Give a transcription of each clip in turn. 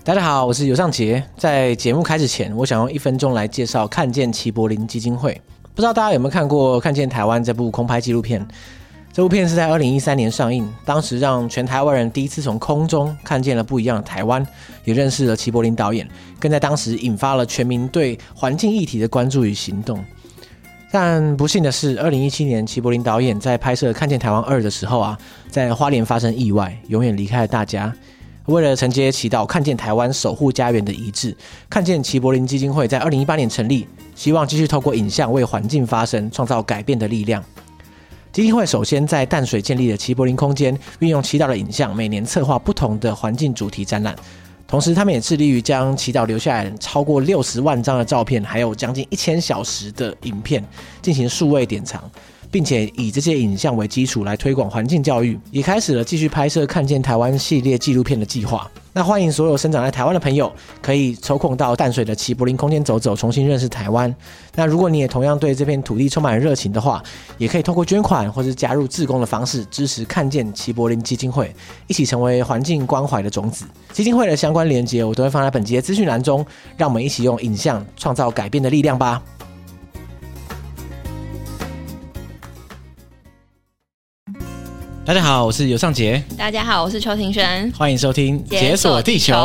大家好，我是尤尚杰。在节目开始前，我想用1分钟来介绍看见齐柏林基金会。不知道大家有没有看过《看见台湾》这部空拍纪录片？这部片是在2013年上映，当时让全台湾人第一次从空中看见了不一样的台湾，也认识了齐柏林导演，更在当时引发了全民对环境议题的关注与行动。但不幸的是，2017年齐柏林导演在拍摄《看见台湾2》的时候在花莲发生意外，永远离开了大家。为了承接祈祷看见台湾守护家园的遗志，看见齐柏林基金会在2018年成立，希望继续透过影像为环境发声，创造改变的力量。基金会首先在淡水建立了齐柏林空间，运用祈祷的影像，每年策划不同的环境主题展览。同时他们也致力于将祈祷留下来超过60万张的照片，还有将近1000小时的影片进行数位典藏，并且以这些影像为基础来推广环境教育，也开始了继续拍摄看见台湾系列纪录片的计划。那欢迎所有生长在台湾的朋友可以抽空到淡水的齐柏林空间走走，重新认识台湾。那如果你也同样对这片土地充满热情的话，也可以透过捐款或是加入志工的方式支持看见齐柏林基金会，一起成为环境关怀的种子。基金会的相关连结我都会放在本集的资讯栏中，让我们一起用影像创造改变的力量吧。大家好，我是尤尚杰。 大家好，我是邱庭轩。 欢迎收听《解锁地球》。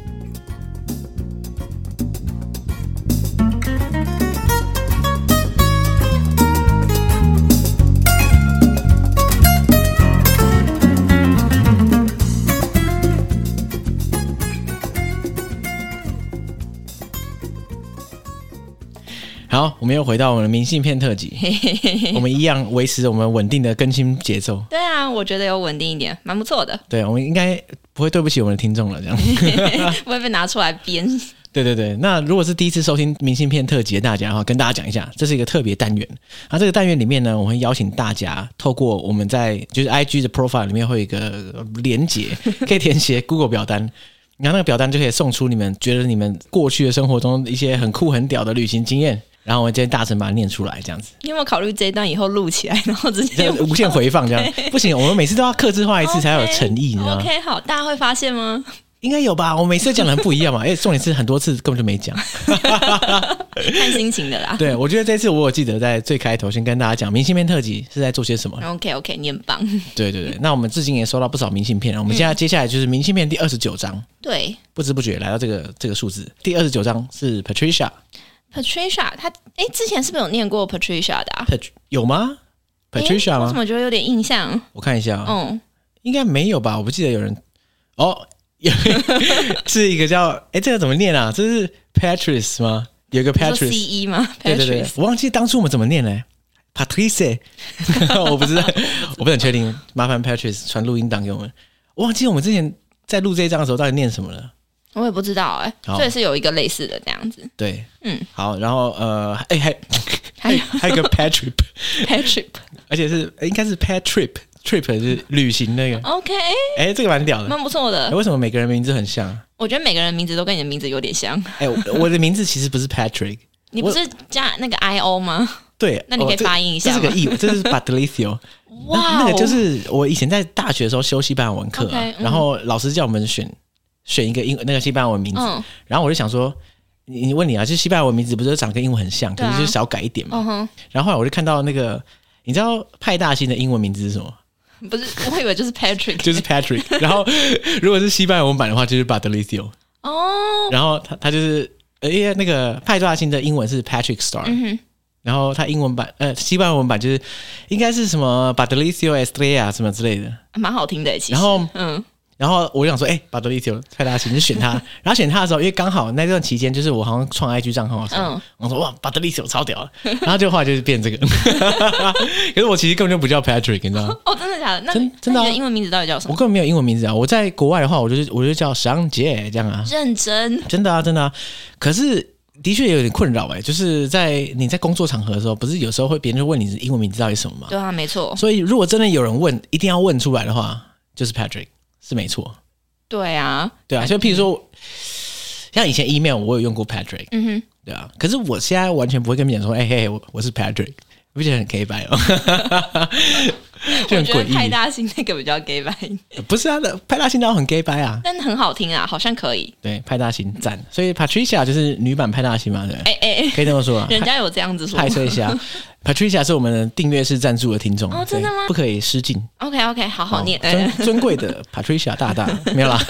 好，我们又回到我们的明信片特辑。我们一样维持我们稳定的更新节奏。 对啊，我觉得有稳定一点，蛮不错的。 对，我们应该不会对不起我们的听众了，这样不会被拿出来编。 对对对，那如果是第一次收听明信片特辑的大家的话，跟大家讲一下，这是一个特别单元。这个单元里面呢，我会邀请大家透过我们在就是 IG 的 profile 里面会有一个连结，可以填写 Google 表单。然后那个表单就可以送出你们觉得你们过去的生活中一些很酷很屌的旅行经验，然后我们今天大声把它念出来，这样子。 你有没有考虑这一段以后录起来，然后直接无限回放这样？不行，我们每次都要客制化一次才有诚意，你知道吗 ？OK， 好，大家会发现吗？ 应该有吧，我每次讲的很不一样嘛，重点是很多次根本就没讲， 看心情的啦。 对，我觉得这次我有记得在最开头先跟大家讲明信片特辑是在做些什么。 OK， 你很棒。 对对对，那我们至今也收到不少明信片，我们接下来就是明信片第29章。 对， 不知不觉来到这个数字，第29章是 Patricia， 她之前是不是有念过 Patricia 的有吗 ？Patricia 吗？ 我怎么觉得有点印象？ 我看一下应该没有吧？我不记得有人是一个叫这个怎么念啊？这是 Patrice 吗？有一个 Patrice CE 吗？ 对对对，我忘记当初我们怎么念了。Patrice 我不知道，我不是很确定，麻烦 Patrice 传录音档给我们。我忘记我们之前在录这一章的时候到底念什么了。 我也不知道所以是有一个类似的这样子。 对，好，然后还有一个 Patrick， 而且是应该是 Trip 是旅行那个。OK， 这个蛮屌的， 蛮不错的。 为什么每个人名字很像？ 我觉得每个人名字都跟你的名字有点像。 我的名字其实不是 Patrick， 你不是加那个 IO 吗？ 对， 那你可以发音一下吗？ 这是个 E， 这是 Patricio。哇，那个就是我以前在大学的时候修西班牙文课然后老师叫我们选一个那个西班牙文名字，然后我就想说，你问你啊，就是西班牙文名字不是长跟英文很像，可是就是小改一点嘛。然后后来我就看到那个，你知道派大星的英文名字是什么？ 不是，我以为就是 Patrick， 就是 Patrick。然后如果是西班牙文版的话，就是 Patricio。然后他就是因为那个派大星的英文是 Patrick Star，然后他英文版西班牙文版就是应该是什么 Patricio Estrella 什么之类的， 蛮好听的其实。 然后我就想说Patricio 派大星就选他，然后选他的时候，因为刚好那段期间就是我好像创 IG 账号的时候，我说哇 Patricio 超屌的，然后就后来就是变这个，可是我其实根本就不叫 Patrick， 你知道吗？ 真的假的？那真的你的英文名字到底叫什么？ 我根本没有英文名字啊！我在国外的话，我就叫尚杰这样啊。 认真？真的啊！可是的确有点困扰就是你在工作场合的时候，不是有时候会别人就问你英文名字到底什么吗？ 对啊，没错。 所以如果真的有人问，一定要问出来的话，就是 Patrick。是没错， 对啊， 就譬如说，像以前 email 我有用过 Patrick，对啊，可是我现在完全不会跟别人说，我是 Patrick， 不觉得很 gay 白哦？就很诡异。 我觉得派大星那个比较 gay 白， 不是啊，派大星那很 gay 白啊， 但很好听啊，好像可以。 对，派大星赞，所以 Patricia 就是女版派大星嘛，对，可以这么说啊。 人家有这样子说。 派吹一下，Patricia 是我们的订阅式赞助的听众哦，真的吗？ 不可以失敬。 OK， 好好念。 尊贵的 Patricia 大大没有啦，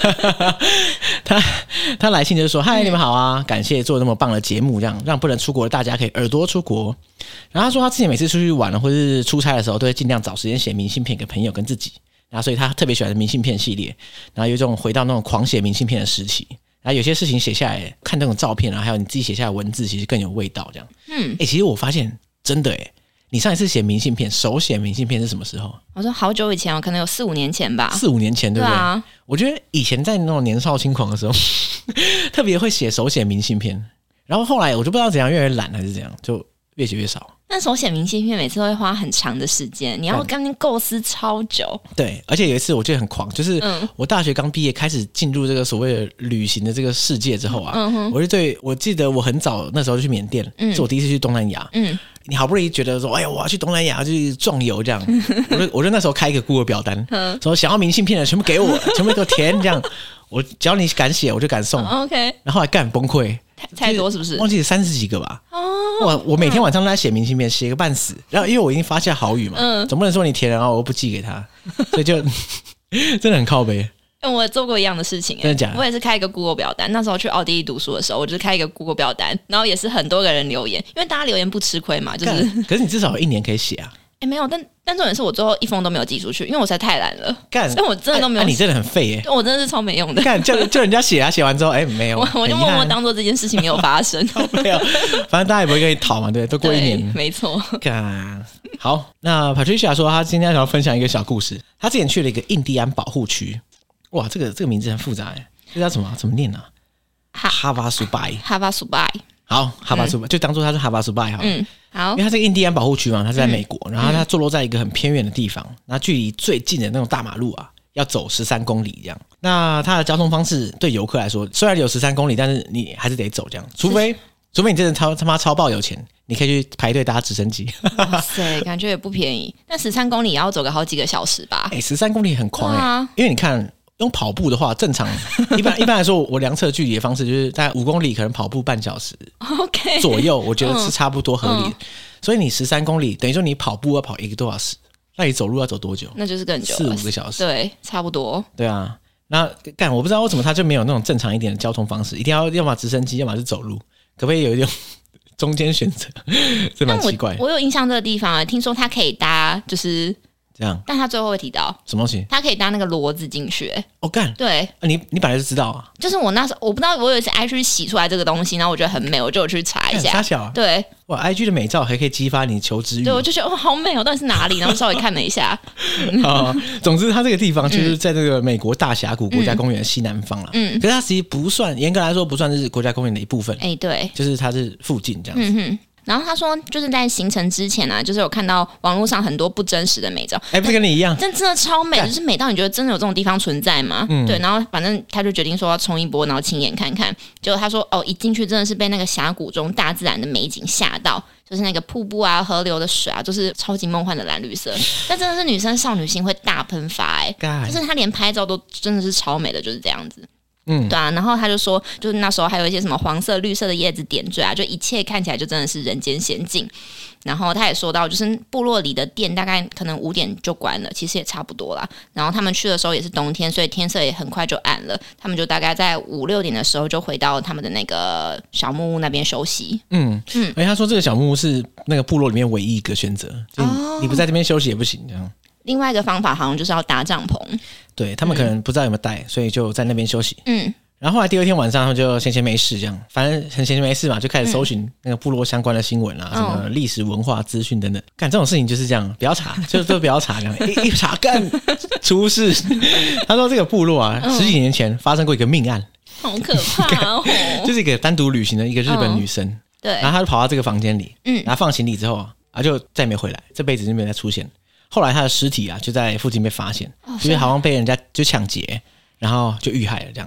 他来信就是说，嗨，你们好啊，感谢做那么棒的节目，这样让不能出国的大家可以耳朵出国。然后他说他之前每次出去玩或是出差的时候，都会尽量找时间写明信片给朋友跟自己，然后所以他特别喜欢明信片系列，然后有一种回到那种狂写明信片的时期。然后有些事情写下来，看那种照片啊，还有你自己写下来的文字，其实更有味道。这样，其实我发现真的你上一次写明信片，手写明信片是什么时候？ 我说好久以前，可能有4-5年前吧。 4-5年前，对不对？ 对啊。 我觉得以前在那种年少轻狂的时候，特别会手写明信片，然后后来我就不知道怎样，越来越懒还是怎样，就越写越少。 但手写明信片每次都会花很长的时间，你要跟构思超久。 对，而且有一次我记得很狂，就是我大学刚毕业，开始进入这个所谓的旅行的这个世界之后啊，我记得我很早那时候就去缅甸，是我第一次去东南亚。你好不容易觉得说，哎呀，我要去东南亚去壮游这样，我就那时候开一个 Google 表单，说想要明信片的全部给我，全部给我填这样。我只要你敢写，我就敢送。 OK， 然后后来干崩溃， 太多是不是？ 忘记了30几个吧。我每天晚上都在写明信片，写个半死。然后因为我已经发下豪语嘛，总不能说你填了然后我又不寄给他，所以就真的很靠北。 我做过一样的事情， 真的假的？ 我也是开一个 Google 表单，那时候去奥地利读书的时候，我就是开一个 Google 表单，然后也是很多个人留言，因为大家留言不吃亏嘛，就是。 可是你至少有1年可以写啊。 没有，但重点是我最后1封都没有寄出去，因为我实在太懒了。所以我真的都没有。 你真的很废我真的是超没用的。 叫人家写啊，写完之后没有， 我就默默当做这件事情没有发生。 没有，反正大家也不会跟你讨嘛，对，都过1年， 没错。 好，那 Patricia 说她今天想要分享一个小故事，她之前去了一个印第安保护区。哇，这个名字很复杂这叫什么？怎么念啊？哈巴苏拜。好，哈巴苏拜就当做它是哈巴苏拜好。 好。 因为它这个印第安保护区嘛，它是在美国，然后它坐落在一个很偏远的地方，然后距离最近的那种大马路啊，要走13公里这样。那它的交通方式对游客来说，虽然有13公里，但是你还是得走这样，除非你真的他妈超爆有钱，你可以去排队搭直升机。 哇塞，感觉也不便宜。但13公里也要走个好几个小时吧 ？13公里很狂因为你看。用跑步的话，正常一般来说，我量测距离的方式就是大概5公里，可能跑步半小时左右，我觉得是差不多合理的。所以你13公里，等于说你跑步要跑1个多小时，那你走路要走多久？ 那就是更久 ，4-5个小时。 对，差不多。 对啊，那我不知道为什么他就没有那种正常一点的交通方式，一定要么直升机，要么是走路，可不可以有一种中间选择？这蛮奇怪。 我有印象这个地方听说他可以搭就是这样， 但他最后会提到什么东西？ 他可以搭那个骡子进去。对， 你本来就知道啊？ 就是我那时候我不知道，我有一次 IG 洗出来这个东西，然后我觉得很美，我就有去查一下。对， 哇 ，IG 的美照还可以激发你求知欲。 对，我就觉得好美哦，到底是哪里？然后稍微看了一下。 总之，它这个地方就是在这个美国大峡谷国家公园的西南方了。可是它其实不算，严格来说不算是国家公园的一部分。 对， 就是它是附近这样子。 然后他说，就是在行程之前啊，就是有看到网络上很多不真实的美照， 不是跟你一样， 真的超美，就是美到你觉得真的有这种地方存在吗？对，然后反正他就决定说要冲一波，然后亲眼看看。结果他说，一进去真的是被那个峡谷中大自然的美景吓到，就是那个瀑布啊、河流的水啊，就是超级梦幻的蓝绿色。但真的是女生少女心会大喷发就是他连拍照都真的是超美的，就是这样子。对啊，然后他就说，就是那时候还有一些什么黄色、绿色的叶子点缀啊，就一切看起来就真的是人间仙境。然后他也说到，就是部落里的店大概可能5点就关了，其实也差不多啦。然后他们去的时候也是冬天，所以天色也很快就暗了。他们就大概在5-6点的时候就回到他们的那个小木屋那边休息。 而且他说这个小木屋是那个部落里面唯一一个选择，就你不在这边休息也不行这样。 另外一个方法好像就是要搭帐篷， 对他们可能不知道有没有带，所以就在那边休息。然后后来第2天晚上，他们就闲没事这样，反正很闲没事嘛，就开始搜寻那个部落相关的新闻啊，什么历史文化资讯等等。干这种事情就是这样，不要查，就都不要查这样，一查干出事。他说这个部落啊，10几年前发生过一个命案， 好可怕哦！ 就是一个单独旅行的一个日本女生， 对， 然后她就跑到这个房间里，然后放行李之后啊，就再也没回来，这辈子就没有再出现。后来他的尸体啊就在附近被发现，就是好像被人家就抢劫，然后就遇害了这样。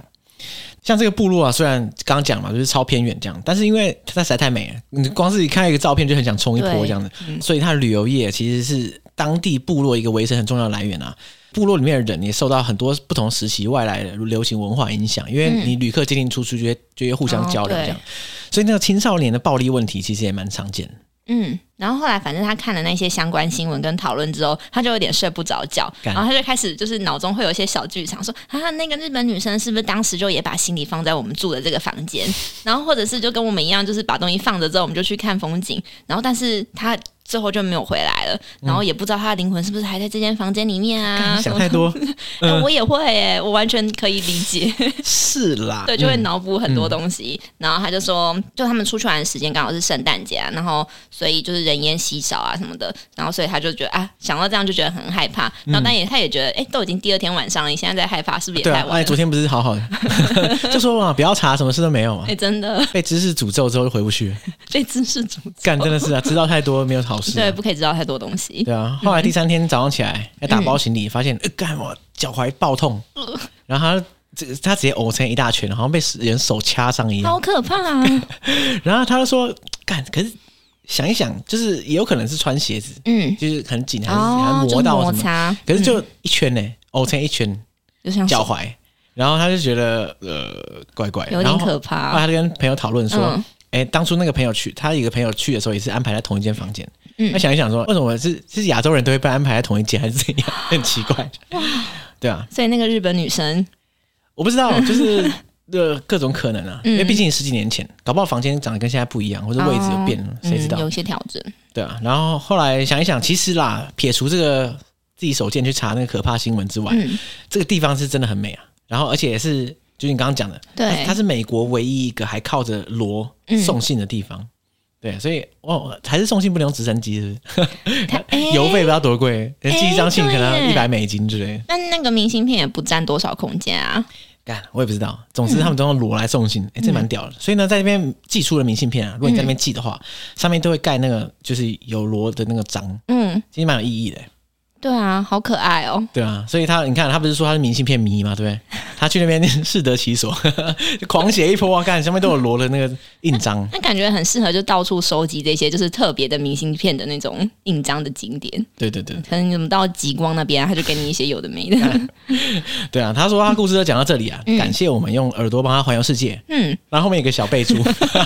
像这个部落啊，虽然刚刚讲嘛，就是超偏远这样，但是因为它实在太美了，你光是一看一个照片就很想冲一波这样子，所以它的旅游业其实是当地部落一个维生很重要的来源啊。部落里面的人也受到很多不同时期外来的流行文化影响，因为你旅客进进出出就会互相交流这样，所以那个青少年的暴力问题其实也蛮常见的。 然后后来反正他看了那些相关新闻跟讨论之后，他就有点睡不着觉，然后他就开始就是脑中会有一些小剧场，说那个日本女生是不是当时就也把行李放在我们住的这个房间，然后或者是就跟我们一样，就是把东西放着之后我们就去看风景，然后但是他最后就没有回来了，然后也不知道他的灵魂是不是还在这间房间里面啊。 想太多我也会耶，我完全可以理解。 是啦， 对，就会脑补很多东西。然后他就说，就他们出去玩的时间刚好是圣诞节啊，然后所以就是人烟稀少啊什么的，然后所以他就觉得想到这样就觉得很害怕。然后但他也觉得，都已经第2天晚上了，你现在在害怕是不是也太晚了？ 昨天不是好好的，就说嘛，不要查，什么事都没有嘛。 真的被知识诅咒之后就回不去了。 被知识诅咒， 干真的是啊，知道太多没有好事。 对，不可以知道太多东西。 对啊，后来第3天早上起来要打包行李，发现干我脚踝爆痛，然后他直接呕成一大圈，好像被人手掐伤一样， 好可怕啊！ 然后他就说干，可是想一想，就是也有可能是穿鞋子，就是很紧还是磨到什么，可是就一圈呢，呕成一圈脚踝，然后他就觉得怪怪的， 有点可怕。 然后他就跟朋友讨论说，当初那个朋友他一个朋友去的时候也是安排在同一间房间。他想一想说，为什么是亚洲人都会被安排在同一间，还是怎样？很奇怪。对啊， 所以那个日本女生， 我不知道，就是各种可能啊。因为毕竟10几年前，搞不好房间长得跟现在不一样，或者位置有变了，谁知道？ 有一些调整。对啊，然后后来想一想，其实啦，撇除这个自己手贱去查那个可怕新闻之外，这个地方是真的很美啊。然后而且也是，就你刚刚讲的，对，它是美国唯一一个还靠着螺送信的地方。对，所以还是送信不能用直升机，是不是？邮费不知道多贵，寄一张信可能$100之类。 但那个明信片也不占多少空间啊。 干，我也不知道。总之他们都用螺来送信，这蛮屌的。所以呢，在那边寄出的明信片啊，如果你在那边寄的话，上面都会盖那个就是有螺的那个章，其实蛮有意义的。 对啊，好可爱哦。 对啊，所以你看他不是说他是明信片迷嘛，对不对？他去那边适得其所，狂写一波啊，看上面都有螺的那个印章。 那感觉很适合就到处收集这些就是特别的明信片的那种印章的景点。 对，可能你们到极光那边，他就给你一些有的没的。 对啊，他说他故事就讲到这里啊，感谢我们用耳朵帮他环游世界。然后后面有个小备注。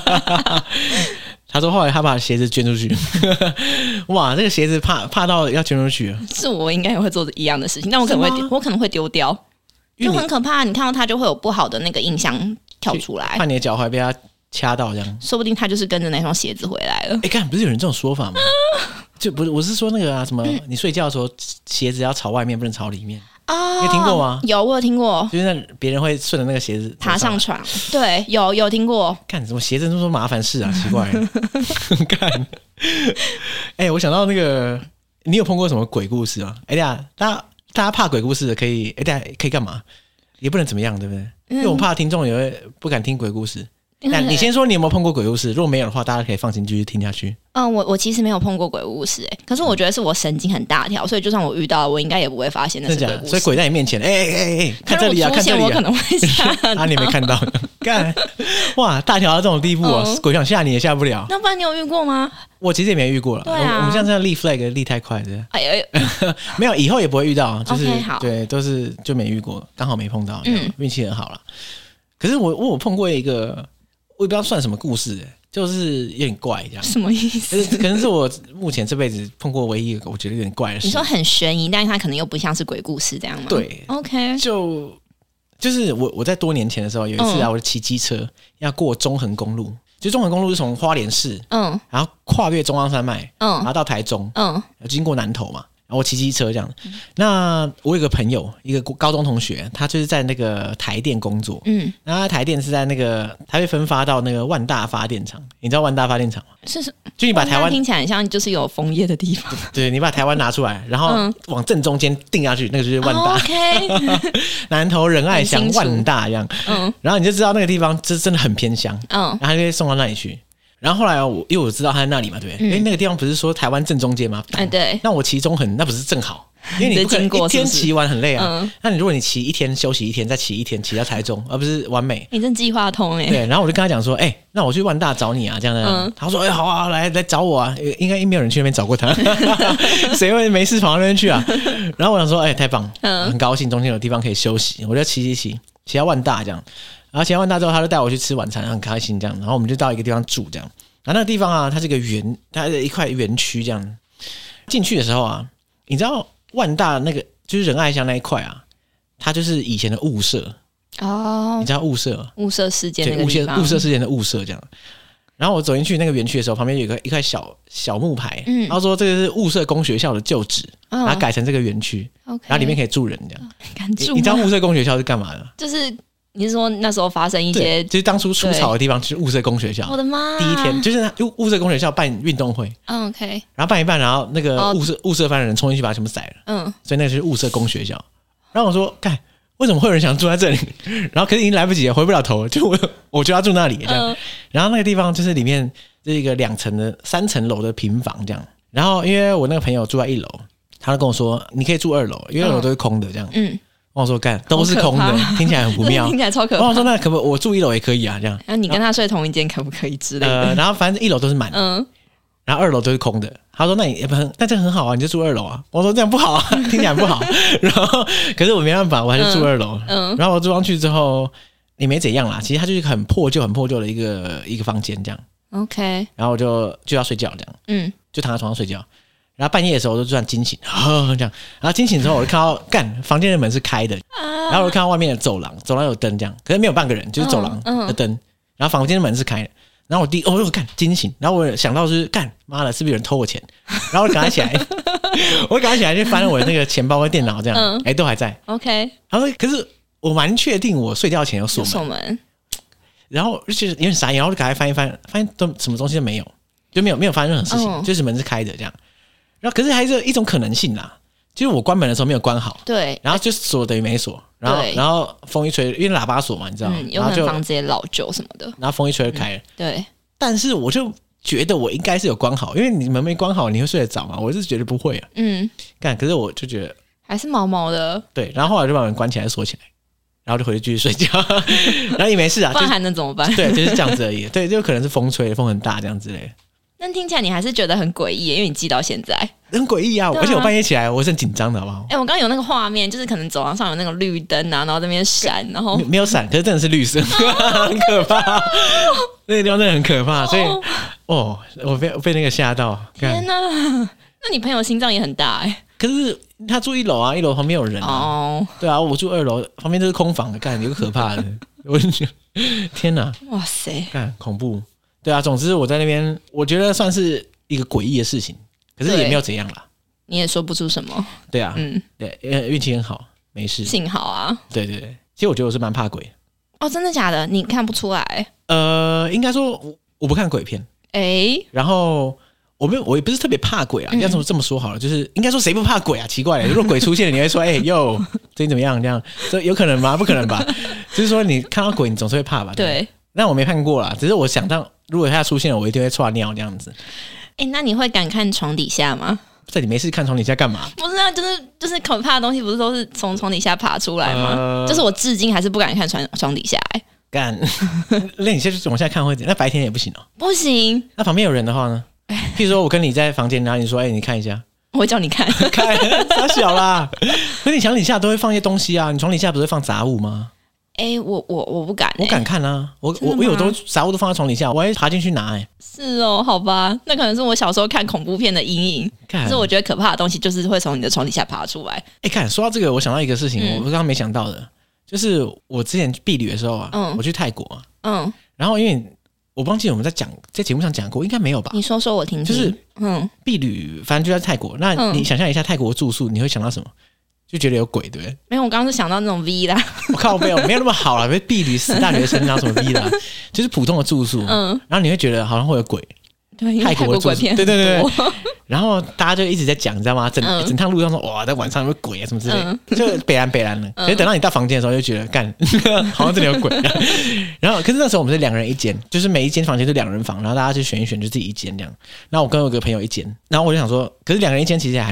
他说后来他把鞋子捐出去，哇，这个鞋子怕到要捐出去了。 是我应该也会做一样的事情，但我可能会丢掉，就很可怕。你看到它就会有不好的那个印象跳出来， 怕你的脚踝被它掐到这样， 说不定他就是跟着那双鞋子回来了。 看不是有人这种说法吗？就不是，我是说那个什么，你睡觉的时候鞋子要朝外面，不能朝里面。你有听过吗？ 有，我有听过， 就是那别人会顺着那个鞋子爬上床。对，有听过。 干什么鞋子这么多麻烦事啊？奇怪。干，我想到那个，你有碰过什么鬼故事吗？大家怕鬼故事的可以，大家可以干嘛？也不能怎么样，对不对？因为我怕听众也会不敢听鬼故事。那你先说你有没有碰过鬼故事？如果没有的话，大家可以放心继续听下去。 我其实没有碰过鬼故事，可是我觉得是我神经很大条，所以就算我遇到，我应该也不会发现那是鬼故事。 所以鬼在你面前，看这里啊，看这里啊， 我可能会吓到。 你没看到？干，哇，大条到这种地步鬼想吓你也吓不了。 那不然你有遇过吗？ 我其实也没遇过了。对啊，我们现在立 flag 立太快的。没有，以后也不会遇到，就是对，都是就没遇过，刚好没碰到，运气很好了。可是我碰过一个。我也不知道算什么故事，就是有点怪这样。 什么意思？ 可能是我目前这辈子碰过唯一一个我觉得有点怪的事。 你说很悬疑，但是它可能又不像是鬼故事这样吗？ 对 ，OK， 就是我在多年前的时候有一次啊，我骑机车要过中横公路，就中横公路是从花莲市，然后跨越中央山脉，然后到台中，经过南投嘛。我骑机车这样，那我有个朋友，一个高中同学，他就是在那个台电工作，然后他台电是在那个他被分发到那个万大发电厂，你知道万大发电厂吗？ 是， 就你把台湾听起来很像就是有枫叶的地方， 对，你把台湾拿出来，然后往正中间定下去，那个就是万大，南投仁爱乡万大这样，然后你就知道那个地方真的很偏乡，然后他就会送到那里去。然后后来因为我知道他在那里嘛，对不对？那个地方不是说台湾正中间吗？ 对。 那我骑中横，那不是正好？ 因为你不可能一天是骑完很累啊。那你如果你骑一天休息一天，再骑一天骑到台中，而不是完美。 你真计划通对，然后我就跟他讲说，那我去万大找你啊，这样的。他说，好啊，来找我啊，应该没有人去那边找过他，谁会没事跑到那边去啊？然后我想说，太棒，很高兴中间有地方可以休息，我就骑到万大这样。然后骑到万大之后，他就带我去吃晚餐，很开心这样。然后我们就到一个地方住这样。然后那个地方啊，它是一个它是一块园区这样。进去的时候啊，你知道万大那个就是仁爱乡那一块啊，它就是以前的雾社哦，你知道雾社事件那个地方， 雾社事件的雾社这样。然后我走进去那个园区的时候，旁边有一块小木牌，然后说这个是雾社工学校的旧址，然后改成这个园区，然后里面可以住人这样。 敢住吗？ 你知道雾社工学校是干嘛的？ 就是你是说那时候发生一些， 就是当初出草的地方，就是雾社工学校。 我的妈！ 第一天就是雾社工学校办运动会 ，OK， 然后办一办，然后那个雾社班的人冲进去把它全部宰了，所以那个就是雾社工学校。然后我说，干，为什么会有人想住在这里？然后可是已经来不及了，回不了头了，就我就要住那里这样。然后那个地方就是里面是一个3层楼的平房这样。然后因为我那个朋友住在1楼，他就跟我说，你可以住2楼，因为2楼都是空的这样。我说干都是空的，听起来很不妙， 听起来超可怕。 我说那可不我住1楼也可以啊，这样。 然后你跟他睡同一间可不可以之类的？ 然后反正1楼都是满的，然后2楼都是空的。他说那这很好啊，你就住2楼啊。我说这样不好啊，听起来不好。然后可是我没办法，我还是住2楼。然后我住上去之后也没怎样啦，其实它就是很破旧的一个房间这样。 OK， 然后我就要睡觉这样，就躺在床上睡觉。然后半夜的时候我就突然惊醒，这样，然后惊醒之后我就看到房间的门是开的，然后我就看到外面的走廊有灯这样，可是没有半个人，就是走廊的灯，然后房间的门是开的，然后我惊醒，然后我想到就是妈的，是不是有人偷我钱？然后我赶快起来，就翻了我的那个钱包跟电脑这样，都还在。 OK， 然后可是我蛮确定我睡觉前有锁门，然后就是有点傻眼，然后就赶快翻一翻，发现都什么东西都没有，就没有发生任何事情，就是门是开的这样。然后可是还是一种可能性啦，就是我关门的时候没有关好， 对， 然后就锁等于没锁，然后风一吹，因为喇叭锁嘛，你知道， 有可能房子也老旧什么的， 然后风一吹就开了， 对。 但是我就觉得我应该是有关好，因为你门没关好，你会睡得着嘛？我是觉得不会啊，可是我就觉得还是毛毛的， 对。然后后来就把门关起来锁起来，然后就回去继续睡觉，然后也没事啊， 不然还能怎么办？ 对，就是这样子而已，对，就可能是风吹，风很大这样之类的。 但听起来你还是觉得很诡异，因为你记到现在很诡异啊！而且我半夜起来，我是很紧张的，好不好？ 我刚刚有那个画面，就是可能走廊上有那个绿灯啊，然后在那边闪，然后没有闪，可是真的是绿色，很可怕。那个地方真的很可怕，所以我被那个吓到。 天哪！那你朋友心脏也很大可是他住1楼啊，1楼旁边有人啊。对啊，我住2楼，旁边都是空房，干有个可怕的。我就觉得天哪！ 哇塞， 干恐怖。对啊，总之我在那边，我觉得算是一个诡异的事情，可是也没有怎样啦。 你也说不出什么。对啊，对，运气很好，没事。 幸好啊。 对，其实我觉得我是蛮怕鬼。 真的假的？你看不出来？ 应该说我不看鬼片。然后我也不是特别怕鬼啊，要这么说好了，就是应该说谁不怕鬼啊？奇怪了，如果鬼出现了，你会说哟，最近怎么样？这样，这有可能吗？不可能吧？就是说你看到鬼，你总是会怕吧？ 对。 那我没看过啦，只是我想到如果他出现了，我一定会剉尿这样子。 那你会敢看床底下吗？ 在你没事看床底下干嘛？ 不是啊，就是可怕的东西，不是都是从床底下爬出来吗？就是我至今还是不敢看床底下。 干，那你现在往下看会怎样？那白天也不行哦。 不行。 那旁边有人的话呢？譬如说我跟你在房间，然后你说你看一下， 我会叫你看， 看太小啦。可是你床底下都会放一些东西啊，你床底下不是放杂物吗？ 我不敢。 我敢看啊，我有杂物都放在床底下，我还爬进去拿。 是哦，好吧，那可能是我小时候看恐怖片的阴影。可是我觉得可怕的东西就是会从你的床底下爬出来。 看说到这个，我想到一个事情，我刚刚没想到的，就是我之前避旅的时候啊，我去泰国啊，然后因为我忘记我们在节目上讲过，应该没有吧？ 你说我听听。 就是避旅，反正就在泰国。那你想象一下泰国住宿，你会想到什么？就觉得有鬼，对不对？ 没有，我刚刚是想到那种 V 啦。 我靠，没有那么好啦，被避旅死大学生然后什么 V 啦，就是普通的住宿。然后你会觉得好像会有鬼。 对，因为泰国鬼片很多。 对。然后大家就一直在讲，你知道吗？整趟路上说哇，在晚上有鬼啊什么之类的，就北蓝的。可是等到你到房间的时候，就觉得干，好像这里有鬼。然后可是那时候我们是2人1间，就是每一间房间是2人房，然后大家就选一选，就自己一间这样。然后我跟我一个朋友一间，然后我就想说，可是2人1间其实也还好啦。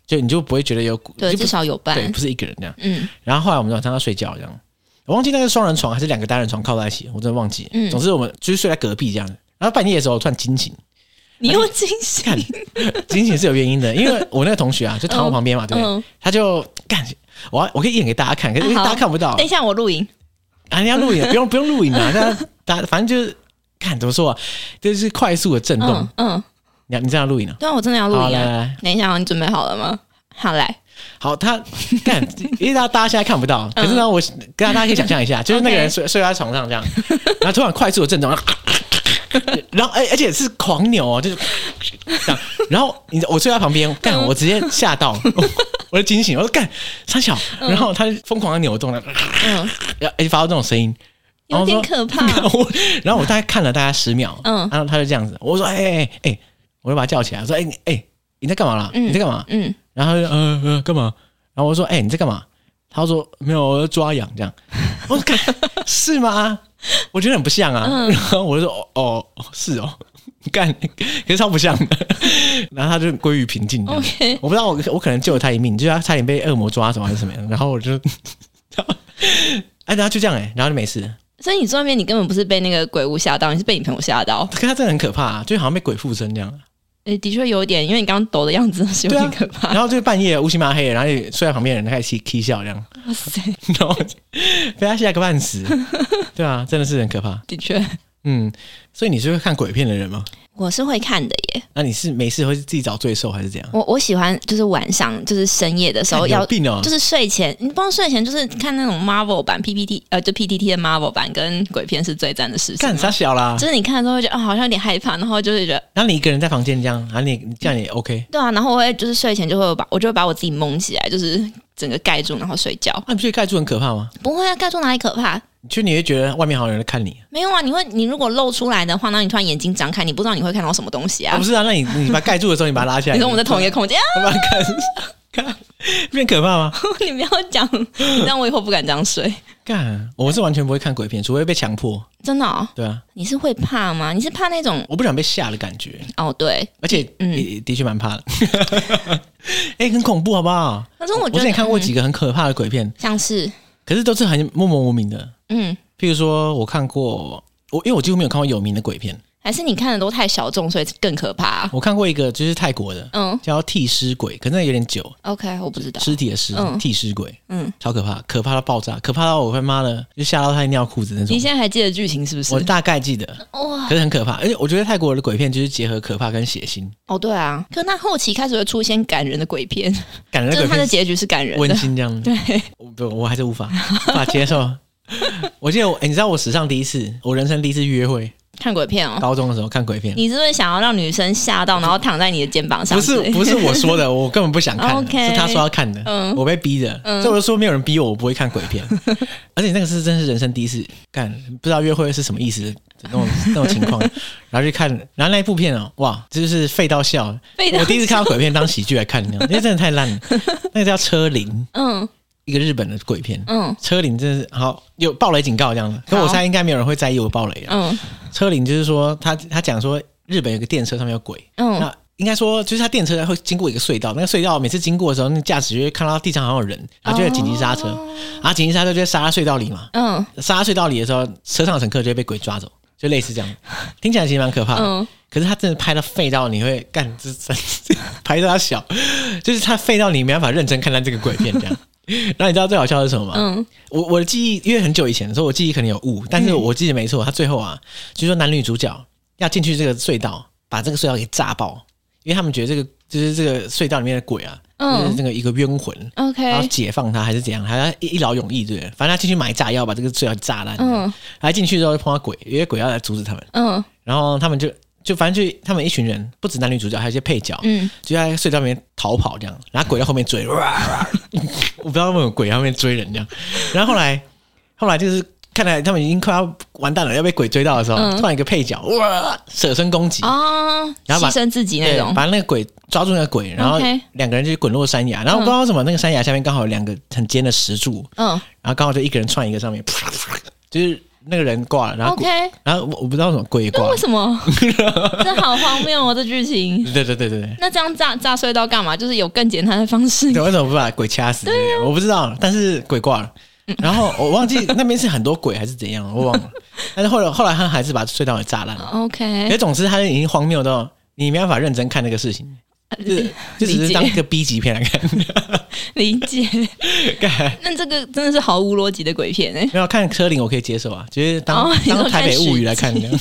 就你就不会觉得有对，至少有伴， 对，不是一个人这样。然后后来我们晚上要睡觉这样，我忘记那个双人床还是2个单人床靠在一起，我真的忘记。总之我们就是睡在隔壁这样，然后半夜的时候突然惊醒。 你又惊醒？ 惊醒是有原因的，因为我那个同学啊，就躺我旁边嘛，对不对？他就干，我可以演给大家看，可是大家看不到。 等一下我录影啊，你要录影，不用录影啊，大家反正就是看怎么说啊，就是快速的震动。你这样录影啊？ 对啊，我真的要录影啊！ 来， 等一下你准备好了吗？好，来。 好，他干，因为大家现在看不到，可是呢，我跟大家可以想象一下，就是那个人睡在床上这样，然后突然快速的震动，然后而且是狂扭哦，就是这样，然后我睡在旁边，干，我直接吓到，我就惊醒，我说干三小，然后他就疯狂的扭动了，而且发出这种声音， 有点可怕。 然后我大概看了大概10秒，然后他就这样子，我说我就把他叫起来，我说你在干嘛啦？你在干嘛？然后他就干嘛？然后我说你在干嘛？他说没有，我在抓痒这样。我说是吗？我觉得很不像啊。然后我就说是哦，干，可是超不像的。然后他就归于平静。 Okay. 我不知道我可能救了他一命，就是他差点被恶魔抓走还是什么样。然后我就然后就这样然后就没事。 所以你坐那边，你根本不是被那个鬼屋吓到，你是被你朋友吓到。 可是他真的很可怕，就好像被鬼附身这样。 的确有点，因为你刚刚抖的样子是有点可怕。 然后就半夜乌漆麻黑，然后睡在旁边的人开始起笑这样。 哇塞！ 然后被他吓个半死。对啊，真的是很可怕。 的确。 所以你是会看鬼片的人吗？ 我是会看的耶。 那你是没事会自己找罪受还是怎样？ 我喜欢就是晚上就是深夜的时候有病哦， 就是睡前，你不知道睡前就是看那种 Marvel 版 PPT 就 PTT 的 Marvel 版跟鬼片是最赞的事情。 干啥小啦？ 就是你看的时候会觉得好像有点害怕，然后就会觉得， 然后你一个人在房间这样，然后你这样也 OK。 对啊，然后我会就是睡前就会把我自己蒙起来，就是整个盖住然后睡觉。 那你不觉得盖住很可怕吗？ 不会啊，盖住哪里可怕？ 你会觉得外面好像有人在看你？ 没有啊，你如果露出来的话，然后你突然眼睛张开，你不知道你会看到什么东西啊？ 不是啊，那你把它盖住的时候，你把它拉起来。 你说我们在同一个空间， 我把它看，变可怕吗？ 你不要讲，你让我以后不敢这样睡。 干，我是完全不会看鬼片，除非被强迫。 真的哦？ 对啊。 你是会怕吗？你是怕那种？ 我不想被吓的感觉。 哦，对， 而且也的确蛮怕的。很恐怖，好不好？ 可是我之前看过几个很可怕的鬼片， 像是， 可是都是很默默无名的。譬如说我看过，因为我几乎没有看过有名的鬼片。 还是你看的都太小众，所以更可怕。 我看过一个就是泰国的，叫替尸鬼，可是那有点久。 OK， 我不知道。 尸体的尸，替尸鬼，超可怕，可怕到爆炸，可怕到我会妈的就吓到他尿裤子那种。 你现在还记得剧情是不是？ 我大概记得，可是很可怕，而且我觉得泰国的鬼片就是结合可怕跟血腥。 哦，对啊，可那后期开始会出现感人的鬼片， 感人的鬼片， 就是它的结局是感人的， 温馨这样。 对， 我还是无法接受。我记得你知道我史上第一次，我人生第一次约会。 看鬼片哦， 高中的时候看鬼片。 你是不是想要让女生吓到，然后躺在你的肩膀上？ 不是我说的，我根本不想看 ，okay, 是他说要看的，我被逼的，所以我就说没有人逼我，我不会看鬼片。而且那个是真是人生第一次看，不知道约会是什么意思的那种情况，然后去看，然后那一部片哇，就是废到笑。我第一次看到鬼片当喜剧来看，因为真的太烂了。那个叫车灵，一个日本的鬼片，车灵真的是好有暴雷警告这样的，可我猜应该没有人会在意我暴雷了。车灵就是说他讲说日本有个电车上面有鬼，那应该说就是他电车会经过一个隧道，那个隧道每次经过的时候，那驾驶就会看到地上好像有人，然后就会紧急刹车，然后紧急刹车就会刹到隧道里嘛，刹到隧道里的时候，车上的乘客就会被鬼抓走，就类似这样，听起来其实蛮可怕的。可是他真的拍到废到你会干，拍到他小，就是他废到你没办法认真看待这个鬼片这样。然后你知道最好笑的是什么吗？我的记忆因为很久以前的时候，我记忆可能有误，但是我记得没错，他最后就是说男女主角要进去这个隧道，把这个隧道给炸爆，因为他们觉得这个就是这个隧道里面的鬼就是那个一个冤魂，OK， 然后解放他还是怎样，还要一劳永逸，对不对？反正他进去买炸药，把这个隧道炸烂，他进去之后就碰到鬼，因为鬼要来阻止他们，然后他们就反正就他们一群人，不止男女主角，还有一些配角，就在隧道里面逃跑这样，然后鬼在后面追，我不知道为什么鬼在后面追人这样，然后后来就是看来他们已经快要完蛋了，要被鬼追到的时候，突然一个配角舍身攻击然后牺牲自己那种， 把那个鬼抓住那个鬼，然后两个人就滚落山崖，然后不知道为什么那个山崖下面刚好有两个很尖的石柱，然后刚好就一个人窜一个上面，就是那个人挂了，然后 OK， 然后我不知道什么鬼挂了， 为什么？这好荒谬哦，这剧情。 对， 那这样炸隧道干嘛？就是有更简单的方式。 对，为什么不把鬼掐死？我不知道，但是鬼挂了。然后我忘记那边是很多鬼还是怎样，我忘了。但是后来他还是把隧道给炸烂了。 OK， 总之他已经荒谬到你没办法认真看那个事情，就只是当一个 B 级片来看。 理解。那这个真的是毫无逻辑的鬼片哎。 没有看车龄我可以接受啊，就是当台北物语来看的。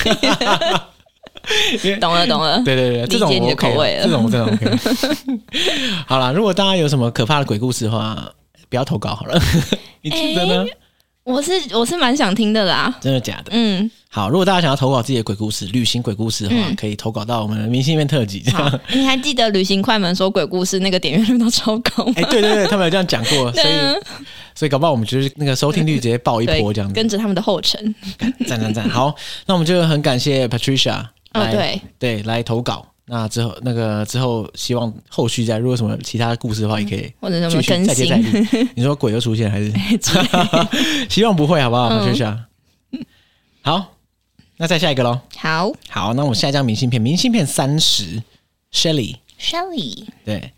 懂了。 对，这种理解你的口味了。 这种 OK。好啦，如果大家有什么可怕的鬼故事的话，不要投稿好了。你记得呢？ 我是蛮想听的啦。 真的假的？嗯。好，如果大家想要投稿自己的鬼故事、旅行鬼故事的话，可以投稿到我们的明信片特辑。 你还记得旅行快门说鬼故事那个点阅率都超高吗？ 对，他们有这样讲过，所以搞不好我们就是那个收听率直接爆一波这样子， 跟着他们的后尘。 赞。好，那我们就很感谢 Patricia 对来投稿。那之后希望后续如果有什么其他的故事的话，也可以或者什么更新。 再厉。你说鬼又出现还是？希望不会，好不好，Patricia？好，那再下一个咯。好，那我们下一张明信片30 Shelly。对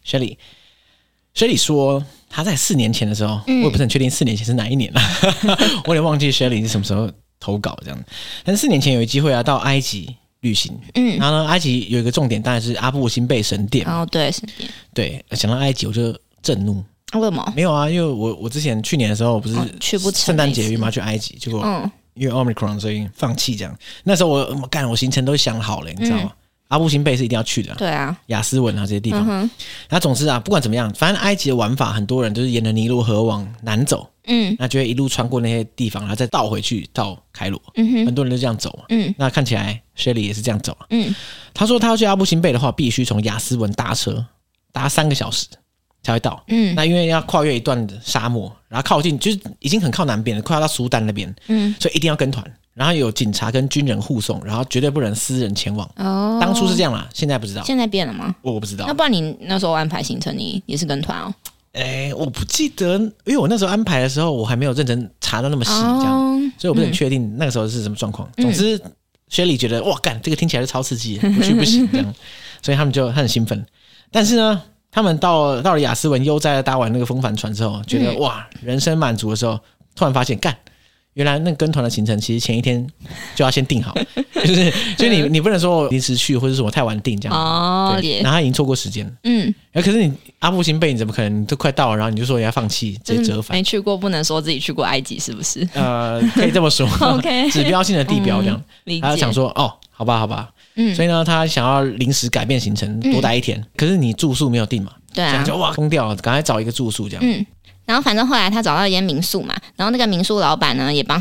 Shelly 说她在4年前的时候，我也不是很确定4年前是哪一年了，我有点忘记 Shelly 是什么时候投稿这样。但是4年前有机会到埃及旅行，然后呢，埃及有一个重点当然是阿布辛贝神殿。 对，神殿。 对，想到埃及我就震怒。 为什么？ 没有啊，因为我之前去年的时候不是去不成， 圣诞节原本要去埃及，结果因为 Omicron 所以放弃这样。那时候我行程都想好了，你知道吗？阿布辛贝是一定要去的。 对啊， 亚斯文啊这些地方。那总之啊，不管怎么样，反正埃及的玩法，很多人都是沿着尼罗河往南走。那就会一路穿过那些地方，然后再倒回去到开罗。很多人都这样走嘛。那看起来 Shelly 也是这样走。他说他要去阿布辛贝的话，必须从亚斯文搭车，搭3个小时才会到。那因为要跨越一段的沙漠，然后靠近就是已经很靠南边了，快要到苏丹那边。所以一定要跟团。然后有警察跟军人护送，然后绝对不能私人前往。当初是这样啦，现在不知道。 现在变了吗？ 我不知道。 那不然你那时候安排行程，你也是跟团哦？ 我不记得，因为我那时候安排的时候，我还没有认真查到那么细，这样，所以我不能确定那个时候是什么状况。总之，Shelly 觉得哇，干这个听起来是超刺激，不去不行这样，所以他们就很兴奋。但是呢，他们到了亚斯文悠哉的搭完那个风帆船之后，觉得哇，人生满足的时候，突然发现干。原来那跟团的行程其实前一天就要先定好，就是你不能说临时去或者是我太晚定这样。对，然后他已经错过时间。可是你阿布辛贝你怎么可能你都快到了，然后你就说你要放弃，直接折返。 没去过不能说自己去过埃及是不是？ 可以这么说。 OK， 指标性的地标这样。他想说好吧。所以呢，他想要临时改变行程，多待1天。可是你住宿没有定嘛？ 对啊， 就哇疯掉了，赶快找一个住宿这样。 然后反正后来他找到一间民宿嘛，然后那个民宿老板呢也帮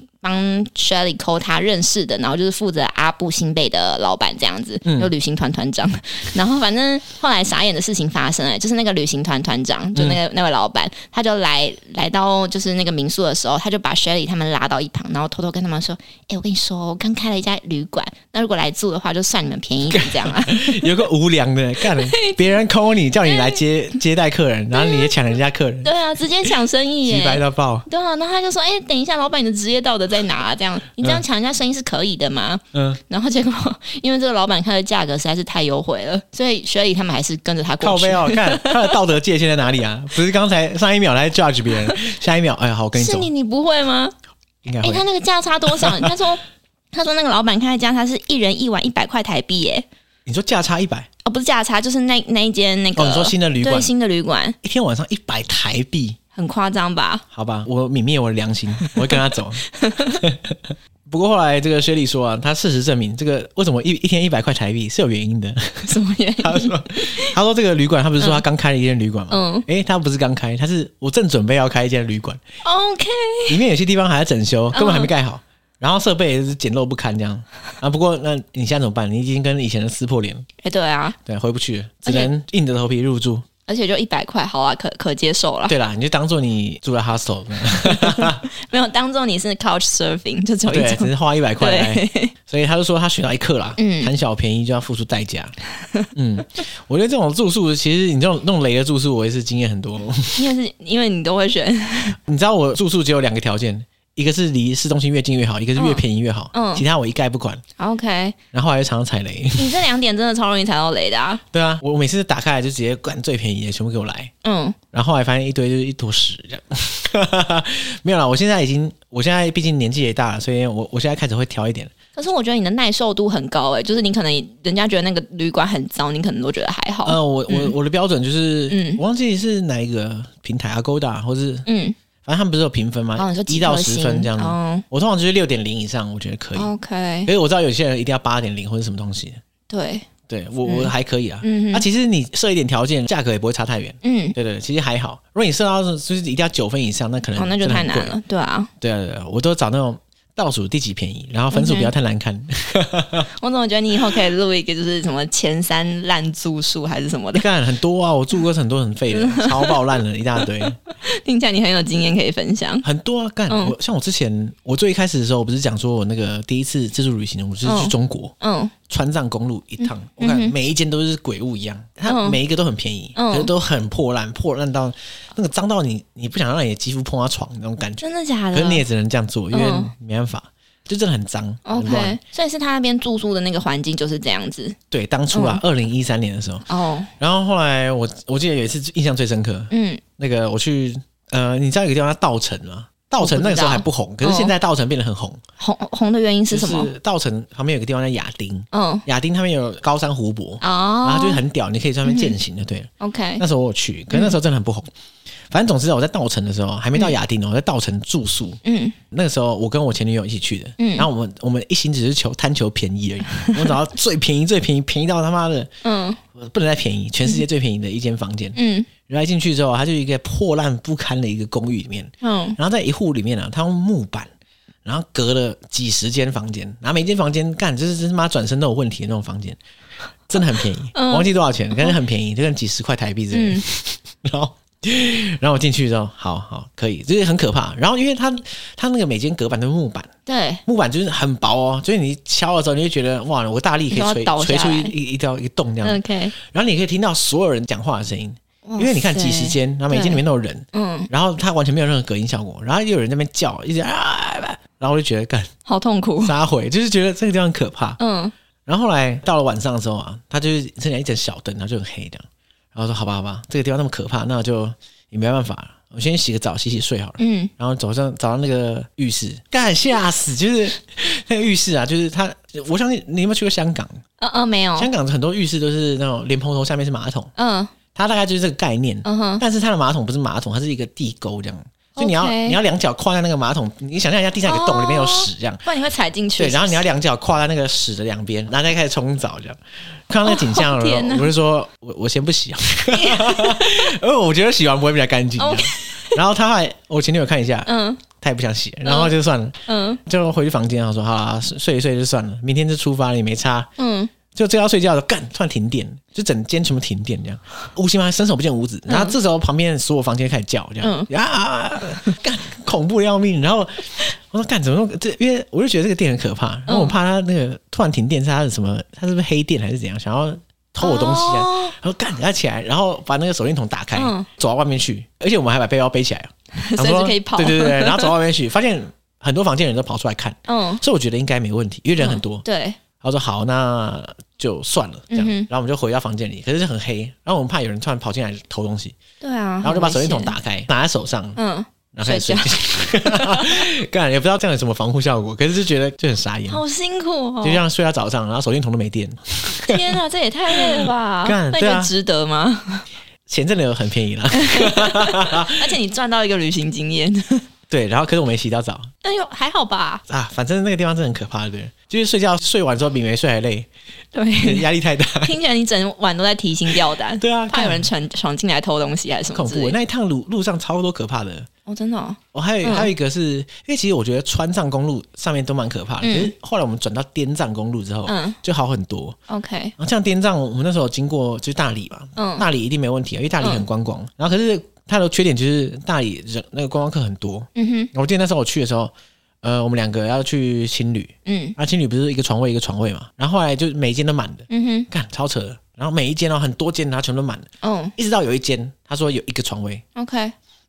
Shelly 抠他认识的，然后就是负责阿布辛贝的老板这样子，就旅行团团长。然后反正后来傻眼的事情发生了，就是那个旅行团团长，就那位老板，他就来到就是那个民宿的时候，他就把 Shelly 他们拉到一旁，然后偷偷跟他们说：“我跟你说，我刚开了一家旅馆，那如果来住的话，就算你们便宜一点这样啊。” 有个无良的，干了，别人抠你，叫你来接待客人，然后你也抢人家客人。 对啊，直接抢生意耶， 鸡掰到爆。 对啊，然后他就说：“等一下，老板，你的职业道德在哪啊？这样你这样抢人家生意是可以的吗？”然后结果因为这个老板开的价格实在是太优惠了，所以Shelly他们还是跟着他过去。 靠背看他的道德界限在哪里啊？不是刚才上一秒来 judge 别人，下一秒好，我跟你走。 是你不会吗？ 应该会。 他那个价差多少？他说那个老板开的价差是1人1晚100块台币耶。 你说价差100？ 不是价差，就是那一间那个。 你说新的旅馆？ 对，新的旅馆， 一天晚上100台币， 很夸张吧？ 好吧，我泯灭我的良心，我会跟他走。不过后来这个Shelly说啊，他事实证明，这个为什么一天100块台币是有原因的。 什么原因？ 他说这个旅馆，他不是说他刚开了一间旅馆吗？他不是刚开，他是我正准备要开一间旅馆。 OK， 里面有些地方还在整修，根本还没盖好。然后设备也是简陋不堪这样不过那你现在怎么办？你已经跟以前的撕破脸。 对啊， 对，回不去了，只能硬着头皮入住。 而且就100块，好啊，可接受了。 对啦，你就当做你住在 hostel， 没有当做你是 couch surfing， 就只有一种， 对，只是花100块来。所以他就说他学到一课啦，贪小便宜就要付出代价。我觉得这种住宿，其实你这种雷的住宿，我也是经验很多。 因为你都会选。 你知道我住宿只有2个条件。 一个是离市中心越近越好，一个是越便宜越好，其他我一概不管。 OK， 然后后来就常常踩雷。 你这2点真的超容易踩到雷的啊！ 对啊，我每次打开来就直接干最便宜的，全部给我来。然后后来发现一堆就是一坨屎这样。没有啦，我现在毕竟年纪也大了，所以我现在开始会挑一点。 可是我觉得你的耐受度很高就是你可能人家觉得那个旅馆很糟，你可能都觉得还好。 我的标准就是，我忘记是哪一个平台Agoda 或是反正他们不是有评分吗？1到10分这样子。我通常就是 6.0 以上，我觉得可以。 OK， 可是我知道有些人一定要 8.0 或者什么东西。对，我还可以啊。其实你设一点条件，价格也不会差太远。对，其实还好。如果你设到就是一定要9分以上，那可能那就太难了。对啊， 我都找那种倒数第几便宜，然后分数不要太难看。 我怎么觉得你以后可以录一个就是什么前3烂住宿还是什么的？ 干很多啊，我住过很多很废的，超爆烂的一大堆。 听起来你很有经验可以分享。 很多啊，干像我之前我最一开始的时候，我不是讲说我那个第一次自助旅行，我就是去中国，川藏公路一趟，我看每一间都是鬼屋一样，它每一个都很便宜，可是都很破烂到那个脏到你不想让你的肌肤碰到床那种感觉。 真的假的？ 可是你也只能这样做，因为没办法，就真的很脏。 OK， 所以是他那边住宿的那个环境就是这样子。 对，当初2013年的时候。然后后来我记得有一次印象最深刻，那个我去你知道有个地方叫稻城吗？稻城那个时候还不红，可是现在稻城变得很红。 红的原因是什么？ 就是稻城旁边有个地方叫亚丁，亚丁他们有高山湖泊，然后就是很屌，你可以在那边健行就对了。 OK， 那时候我有去，可是那时候真的很不红。反正总之我在稻城的时候还没到亚丁我在稻城住宿。那个时候我跟我前女友一起去的，然后我们一心只是贪求便宜而已。我们找到最便宜到他妈的，不能再便宜，全世界最便宜的一间房间。然后一进去之后，它就一个破烂不堪的一个公寓里面。然后在一户里面它用木板，然后隔了几十间房间，然后每间房间干就是他妈转身都有问题的那种房间，真的很便宜。我忘记多少钱，可是很便宜，就跟几十块台币之类的。然后我进去之后，好可以，就是很可怕。然后因为它那个每间隔板都是木板， 对， 木板就是很薄所以你敲的时候，你会觉得哇，我大力可以锤出一个洞这样。 OK， 然后你可以听到所有人讲话的声音。因为你看几十间，然后每间里面都有人，然后它完全没有任何隔音效果，然后又有人在那边叫，一直然后我就觉得干好痛苦， 撒毁，就是觉得这个地方很可怕。然后后来到了晚上的时候他就是剩下一盏小灯，然后就很黑这样，然后说好吧，这个地方那么可怕，那就也没办法了，我先洗个澡，洗睡好了。然后找到那个浴室，干吓死，就是那个浴室就是它，我相信你有没有去过香港？ 没有， 香港很多浴室都是那种莲蓬头下面是马桶。它大概就是这个概念，但是它的马桶不是马桶，它是一个地沟这样，所以你要两脚跨在那个马桶，你想象一下地上有个洞，里面有屎这样， 不然你会踩进去。 对，然后你要两脚跨在那个屎的两边，然后再开始冲澡这样。看到那个景象了，我就说我先不洗因为我觉得洗完不会比较干净。然后我前女友看一下，她也不想洗，然后就算了，就回去房间，我说好啦，睡一睡就算了，明天就出发了，也没差。就正要睡觉的时候，干突然停电，就整间全部停电这样，无形嘛伸手不见五指。然后这时候旁边所有房间开始叫这样，干恐怖的要命。然后我说干怎么这？因为我就觉得这个电很可怕，然后我怕他那个突然停电是他是什么？他是不是黑店还是怎样？想要偷我东西然后干他起来，然后把那个手电筒打开，走到外面去，而且我们还把背包背起来， 随时可以跑。 对，然后走到外面去，发现很多房间人都跑出来看，所以我觉得应该没问题，因为人很多。 对。 他说好，那就算了这样，然后我们就回到房间里，可是很黑，然后我们怕有人突然跑进来偷东西， 对啊， 然后就把手电筒打开，拿在手上，然后开始睡觉，干也不知道这样有什么防护效果，可是就觉得就很傻眼， 好辛苦就这样睡到早上，然后手电筒都没电， 天啊，这也太累了吧？那你觉得值得吗？ 钱真的有很便宜啦， 而且你赚到一个旅行经验。 对，然后可是我没洗到澡， 哎呦还好吧？ 反正那个地方真的很可怕，对，就是睡觉睡完之后比没睡还累， 对， 压力太大。 听起来你整晚都在提心吊胆， 对啊， 怕有人闯进来偷东西还是什么恐怖。那一趟路上超多可怕的真的还有一个是因为其实我觉得川藏公路上面都蛮可怕的，可是后来我们转到滇藏公路之后就好很多。 OK， 然后像滇藏我们那时候经过就是大理嘛，大理一定没问题因为大理很观光，然后可是它的缺点就是大理人那个观光客很多。我记得那时候我去的时候我们两个要去青旅，青旅不是一个床位一个床位嘛，然后后来就每一间都满的，干超扯的，然后每一间很多间它全都满了，一直到有一间他说有一个床位 ，OK，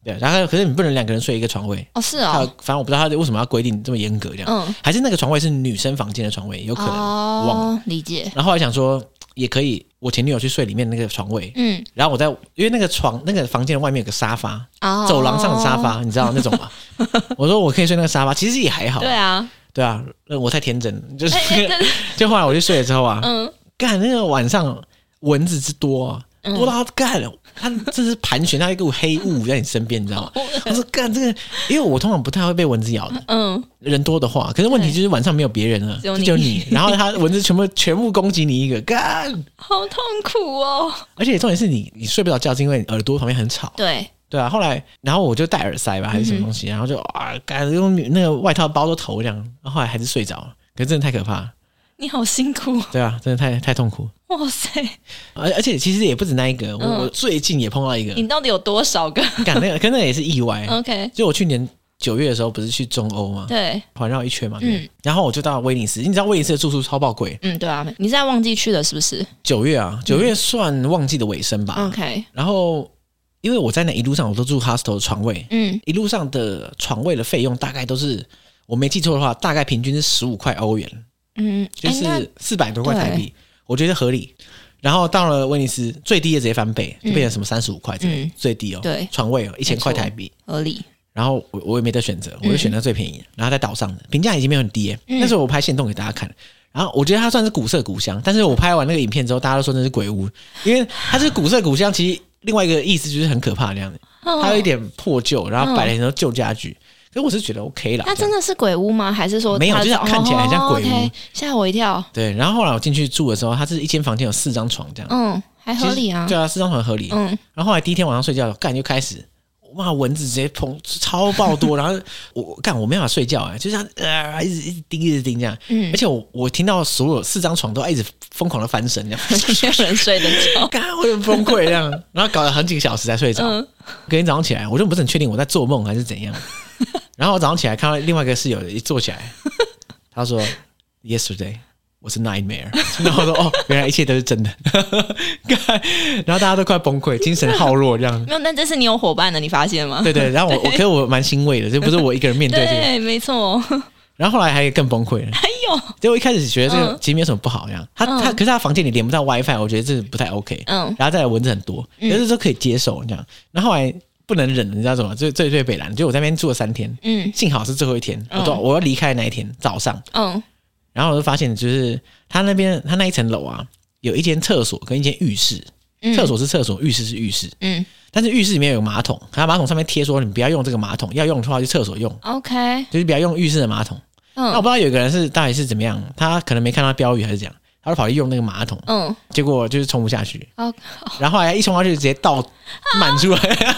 对，然后可是你不能2个人睡一个床位哦，是哦， 反正我不知道他为什么要规定这么严格这样，还是那个床位是女生房间的床位，有可能忘了理解。 然后后来想说也可以，我前女友去睡里面那个床位，然后因为那个房间的外面有个沙发，走廊上的沙发，你知道那种吗？我说我可以睡那个沙发，其实也还好，对啊，我太天真了，就是就后来我去睡了之后啊，干那个晚上蚊子之多啊。多到干，他这是盘旋，他一股黑雾在你身边，你知道吗？我说干这个，因为我通常不太会被蚊子咬的，人多的话，可是问题就是晚上没有别人了，就你，然后他蚊子全部攻击你一个，干， 好痛苦哦！ 而且重点是你睡不着觉，是因为耳朵旁边很吵，对啊。后来，然后我就戴耳塞吧，还是什么东西，然后就干用那个外套包着头这样，然后后来还是睡着了，可是真的太可怕了。 你好辛苦， 对啊，真的太痛苦。 哇塞！ 而且其实也不止那一个，我最近也碰到一个。 你到底有多少个？ 干那个，可能也是意外。 OK， 就我去年9月的时候，不是去中欧吗？ 对， 环绕一圈嘛。然后我就到威尼斯，你知道威尼斯的住宿超爆贵。 对啊，你是在旺季去的，是不是 ？9月啊，9月算旺季的尾声吧。 OK， 然后因为我在那一路上我都住 hostel 的床位，一路上的床位的费用大概都是，我没记错的话，大概平均是15块欧元。就是400多块台币，我觉得合理。然后到了威尼斯，最低的直接翻倍，就变成什么35块之类，最低哦。 对， 床位1000块台币， 合理。 然后我也没得选择，我就选择最便宜的。然后在岛上的评价已经没有很低耶。那时候我拍限动给大家看，然后我觉得它算是古色古香，但是我拍完那个影片之后，大家都说那是鬼屋，因为它是古色古香，其实另外一个意思就是很可怕那样的，它有一点破旧，然后摆了很多旧家具。可是我是觉得 OK 啦。 它真的是鬼屋吗？还是说没有，就是看起来很像鬼屋， 吓我一跳。 对，然后后来我进去住的时候，它是一间房间有4张床这样， 还合理啊。 对啊，4张床合理。然后后来第一天晚上睡觉，干就开始，哇，蚊子直接砰超爆多，然后我没办法睡觉就是它一直叮这样，而且我听到所有4张床都一直疯狂的翻身这样， 没有人睡得着， 干我有点崩溃这样，然后搞了很几个小时才睡着。隔天早上起来，我就不是很确定我在做梦还是怎样。然后我早上起来看到另外一个室友一坐起来，他说 Yesterday was a nightmare， 然后我说原来一切都是真的。然后大家都快崩溃，精神耗弱这样。 没有，但这是你有伙伴的，你发现吗？ 对，然后可是我蛮欣慰的，就不是我一个人面对这个。 对，没错。 然后后来还更崩溃了， 还有， 结果一开始觉得这个其实没有什么不好，这样可是他房间里连不到 WiFi， 我觉得这不太 OK。然后再来蚊子很多，可是都可以接受这样。然后后来不能忍，你知道什么？最北蓝，就我在那边住了3天，幸好是最后一天，我要离开那一天早上，然后我就发现就是他那一层楼啊，有一间厕所跟一间浴室，厕所是厕所，浴室是浴室，但是浴室里面有个马桶，它马桶上面贴说你不要用这个马桶，要用的话去厕所用 ，OK， 就是不要用浴室的马桶。那我不知道有个人到底是怎么样，他可能没看到标语还是怎样，他就跑去用那个马桶，结果就是冲不下去，然后后来一冲下去直接倒满出来，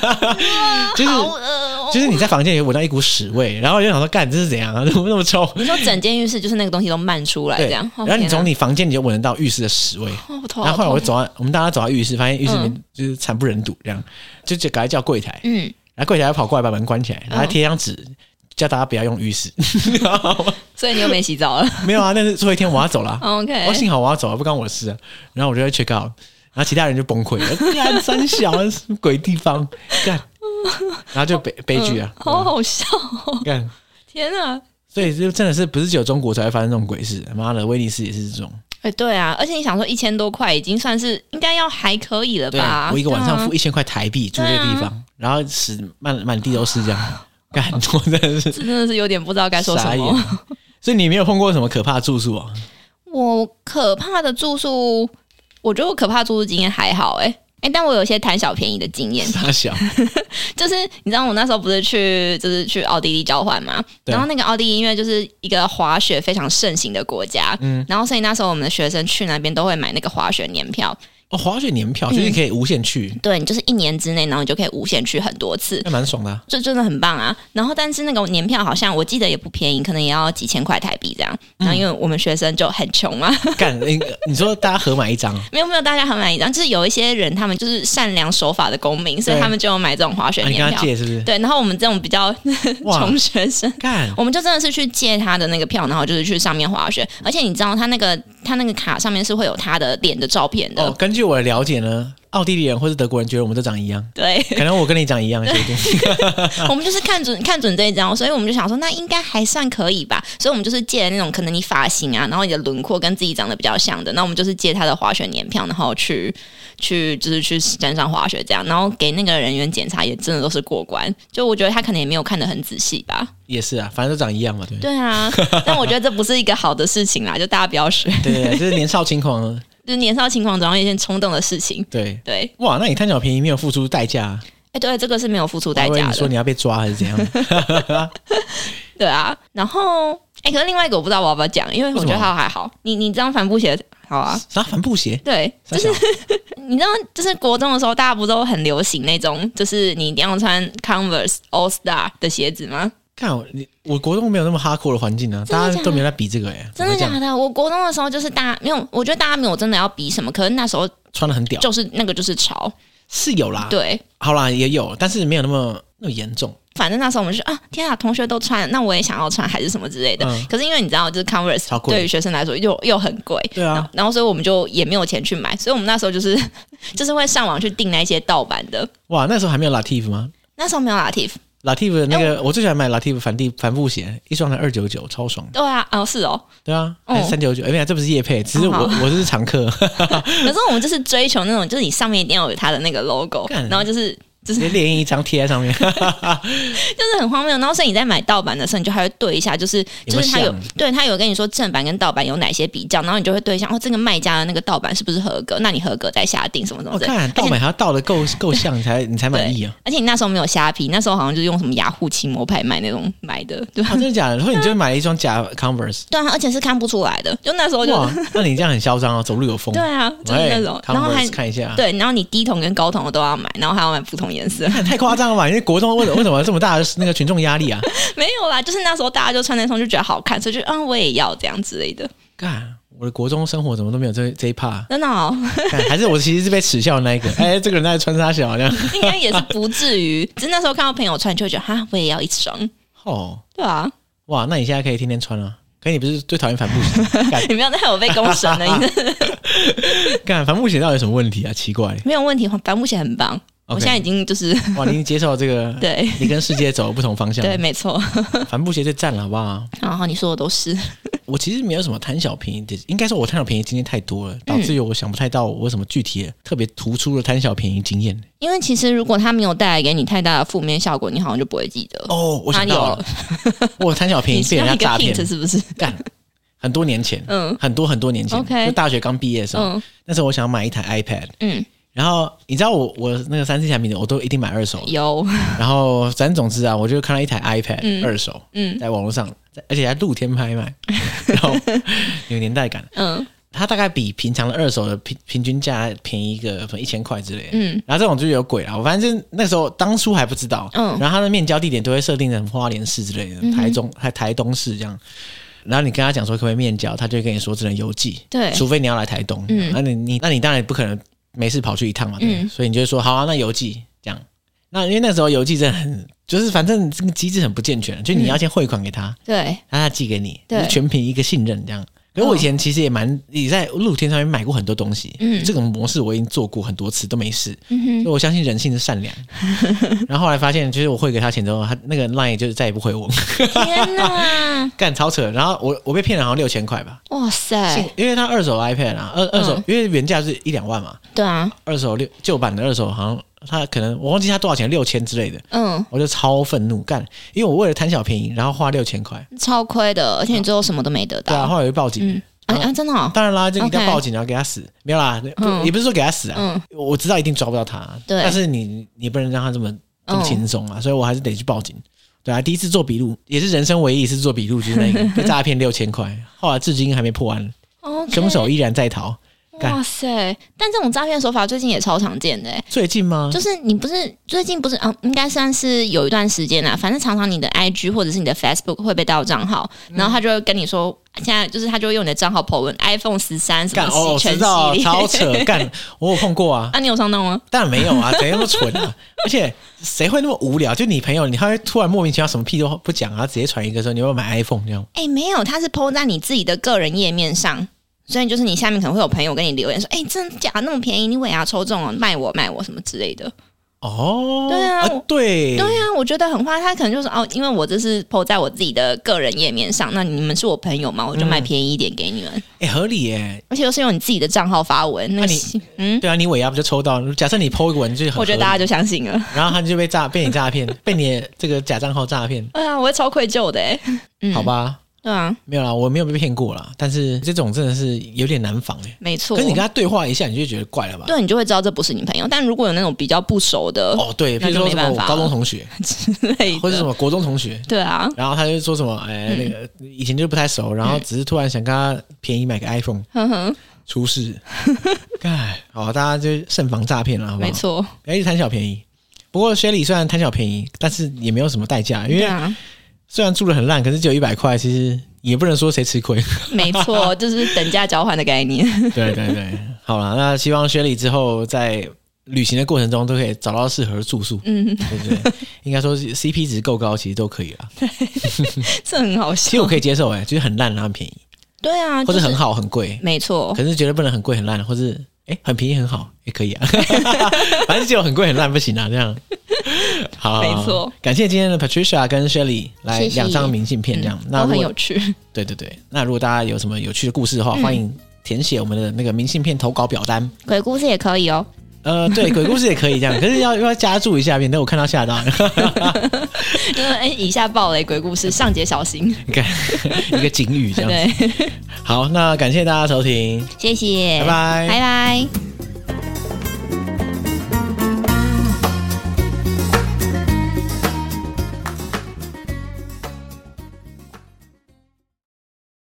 就是你在房间里闻到一股屎味，然后就想说干这是怎样啊，怎么那么臭？ 你说整间浴室就是那个东西都漫出来这样， 然后你从你房间里就闻得到浴室的屎味，然后后来我们大家走到浴室，发现浴室里面就是惨不忍睹，这样就赶快叫柜台，然后柜台跑过来把门关起来，然后贴张纸。叫大家不要用浴室。 所以你又没洗澡了？ 没有啊，但是最后一天我要走了。 OK， 幸好我要走了，不关我的事啊。然后我就会 check out， 然后其他人就崩溃了，干三小什么鬼地方干，然后就悲剧啊， 好好笑哦！ 干， 天啊！ 所以就真的是不是只有中国才会发生这种鬼事？妈的，威尼斯也是这种。 对啊，而且你想说1000多块已经算是应该要还可以了吧？ 我一个晚上付1000块台币住这个地方，然后屎满地都是这样。干，我真的是有点不知道该说什么。 所以你没有碰过什么可怕的住宿啊？ 我可怕的住宿，我觉得我可怕的住宿经验还好但我有一些贪小便宜的经验。 傻小， 就是你知道我那时候不是去奥地利交换嘛，然后那个奥地利因为就是一个滑雪非常盛行的国家，然后所以那时候我们的学生去那边都会买那个滑雪年票。 滑雪年票就是可以无限去， 对，你就是1年之内，然后你就可以无限去很多次， 那蛮爽的这真的很棒啊。然后但是那个年票好像我记得也不便宜，可能也要几千块台币这样。然后因为我们学生就很穷嘛， 干，你说大家合买一张？ 没有，大家合买一张，就是有一些人他们就是善良守法的公民，所以他们就有买这种滑雪年票。 你跟他借是不是？ 对，然后我们这种比较穷学生， 干， 我们就真的是去借他的那个票，然后就是去上面滑雪。而且你知道他那个卡上面是会有他的脸的照片的。 根据我的了解呢。 奥地利人或是德国人觉得我们都长一样， 对， 可能我跟你长一样， 我们就是看准这一张，所以我们就想说那应该还算可以吧，所以我们就是借那种可能你发型啊，然后你的轮廓跟自己长得比较像的，那我们就是借他的滑雪年票，然后去就是去山上滑雪这样，然后给那个人员检查也真的都是过关，就我觉得他可能也没有看得很仔细吧。 也是啊，反正都长一样嘛，对。 对啊，但我觉得这不是一个好的事情啦，就大家不要学。 对，就是年少轻狂。 就是年少轻狂总要一件冲动的事情。 对对， 哇，那你贪小便宜没有付出代价？ 对，这个是没有付出代价的。 你说你要被抓还是怎样？ 对啊，然后可是另外一个我不知道我要不要讲，因为我觉得它还好。你这张帆布鞋好啊？ 啥帆布鞋？ 对，就是你知道，就是国中的时候，大家不都很流行那种，就是你一定要穿 Converse All Star 的鞋子吗？ 看我国中没有那么hardcore的环境啊，大家都没有在比这个真的假的？我国中的时候就是大家没有，我觉得大家没有真的要比什么，可是那时候穿得很屌， 就是那个就是潮， 是有啦， 对， 好啦也有，但是没有那么严重。 反正那时候我们就天啊，同学都穿，那我也想要穿，还是什么之类的。可是因为你知道，就是 Converse 对于学生来说又很贵， 对啊， 然后所以我们就也没有钱去买，所以我们那时候就是会上网去订那一些盗版的。 哇，那时候还没有 Lativ 吗？ 那时候没有 Lativ。Lativ 的那个，我最喜欢买 Lativ 帆布鞋，一双才299，超爽。 对啊，是哦， 对啊，还399。没有，这不是业配，只是我是常客。 可是我们就是追求那种，就是你上面一定要有它的那个 logo， 然后就是列印一张贴在上面， 就是很荒谬。然后所以你在买盗版的时候，你就还会对一下，就是他有跟你说正版跟盗版有哪些比较，然后你就会对一下这个卖家的那个盗版是不是合格？那你合格再下定什么什么的。 我看盗版还要盗的够像，你才满意啊！ 而且你那时候没有虾皮，那时候好像就是用什么雅虎奇摩拍卖那种买的，对吧？ 真的假的？然后你就买了一双假 Converse， 对啊，而且是看不出来的，就那时候就那你这样很嚣张哦，走路有风。 对啊，就是那种，然后还看一下， 对，然后你低筒跟高筒的都要买，然后还要买不同颜色， 太夸张了吧？因为国中为什么这么大的那个群众压力啊？ 没有啦，就是那时候大家就穿那双就觉得好看，所以就我也要这样之类的。 干，我的国中生活怎么都没有这一 part， 真的哦？ 还是我其实是被耻笑的那一个？这个人在穿啥小这样？ 应该也是不至于，只是那时候看到朋友穿，就会觉得我也要一双。对啊， 哇，那你现在可以天天穿啊？可是你不是最讨厌帆布鞋？ 你不要再害我被公审了！ 干，帆布鞋到底有什么问题啊？奇怪， 没有问题，帆布鞋很棒。我现在已经就是哇，你已经接受了这个， 对， 你跟世界走不同方向， 对，没错， 帆布鞋最赞了，好不好？ 然后你说的都是， 我其实没有什么贪小便宜的，应该说我贪小便宜经验太多了，导致于我想不太到我有什么具体的特别突出的贪小便宜经验。 因为其实如果它没有带来给你太大的负面效果，你好像就不会记得。 我想到了，我贪小便宜被人家诈骗， 是不是？ 干，很多年前，很多年前，就大学刚毕业的时候，那时候我想买一台 iPad，然后你知道我那个3C 产品的我都一定买二手的， 有。 然后总之啊，我就看到一台 iPad 二手，在网络上，而且还露天拍卖，然后有年代感，它大概比平常的二手的平均价便宜个1000块之类的，然后这种就有鬼了。我反正那时候当初还不知道，然后它的面交地点都会设定成花莲市之类的，台东市这样。然后你跟他讲说可不可以面交，他就会跟你说只能邮寄， 对， 除非你要来台东，那你当然不可能没事跑去一趟嘛，对，所以你就会说好啊，那邮寄这样。那因为那时候邮寄真的很，就是反正这个机制很不健全，就你要先汇款给他， 对， 他寄给你， 对， 全凭一个信任这样。可是我以前其实也在露天上面买过很多东西，这种模式我已经做过很多次都没事，所以我相信人性是善良。然后后来发现，就是我汇给他钱之后，他那个 LINE 就是再也不回我。 天哪， 干超扯！然后我被骗了好像6000块吧。 哇塞！ 因为他二手 iPad 啊，二手因为原价是1-2万嘛， 对啊， 二手旧版的二手好像他可能我忘记他多少钱，6000之类的，我就超愤怒，干，因为我为了贪小便宜，然后花6000块， 超亏的，而且你最后什么都没得到。 对啊，后来就报警。 真的哦？ 当然啦，就一定要报警，然后给他死，没有啦，也不是说给他死啊，我知道一定抓不到他，但是你不能让他这么轻松啊，所以我还是得去报警。对啊，第一次做笔录也是人生唯一一次做笔录，就是那个被诈骗6000块，后来至今还没破案，凶手依然在逃。 哇塞！但这种诈骗手法最近也超常见的最近吗？ 就是你不是最近不是应该算是有一段时间啦。反正常常你的 IG 或者是你的 Facebook 会被盗账号，然后他就会跟你说，现在就是他就会用你的账号 po 文 iPhone 13什么全系列， 超扯！干，我有碰过啊。 你有上当吗？ 当然没有啊，怎样那么蠢啊！而且谁会那么无聊？就你朋友，他会突然莫名其妙什么屁都不讲啊，直接传一个说你要买 iPhone 这样。 没有，他是 po 在你自己的个人页面上。 所以就是你下面可能会有朋友跟你留言说，真的假的那么便宜，你尾牙抽中了，卖我什么之类的。 哦， 对啊， 对啊，我觉得很坏。他可能就是因为我这是 po 在我自己的个人页面上，那你们是我朋友嘛，我就卖便宜一点给你们。 合理耶， 而且又是用你自己的账号发文，那你对啊，你尾牙不就抽到？假设你 po 一个文就很合理， 我觉得大家就相信了， 然后他就被你诈骗，被你的这个假账号诈骗。 对啊，我会超愧疚的好吧。 对啊， 没有啦，我没有被骗过啦，但是这种真的是有点难防没错。 可是你跟他对话一下，你就觉得怪了吧？ 对，你就会知道这不是你朋友。但如果有那种比较不熟的， 对，比如说什么我高中同学之类的， 或者什么国中同学， 对啊， 然后他就说什么，那个以前就不太熟，然后只是突然想跟他便宜买个 iPhone，出事，好，大家就慎防诈骗了，好不好？ 没错， 不要一直贪小便宜。不过薛礼虽然贪小便宜，但是也没有什么代价，因为虽然住得很烂，可是只有100块，其实也不能说谁吃亏。没错，就是等价交换的概念。 对对对，好啦，那希望薛礼之后在旅行的过程中都可以找到适合的住宿。对不对？应该说 CP 值够高，其实都可以啦。对， 这很好笑。 其实我可以接受，就是很烂然后很便宜。 对啊， 或者很好很贵， 没错。 可是绝对不能很贵很烂，或是很便宜很好也可以啊。反正只有很贵很烂不行啊，这样。好， 没错。 感谢今天的 Patricia 跟 Shirley 来2张明信片，这样那都很有趣。 对对对，那如果大家有什么有趣的故事的话，欢迎填写我们的那个明信片投稿表单。 鬼故事也可以哦。 对，鬼故事也可以这样，可是要加注一下，免得我看到吓到。 以下爆雷鬼故事，上节小心。 一个警语这样子。对，好，那感谢大家收听， 谢谢， 拜拜， 拜拜。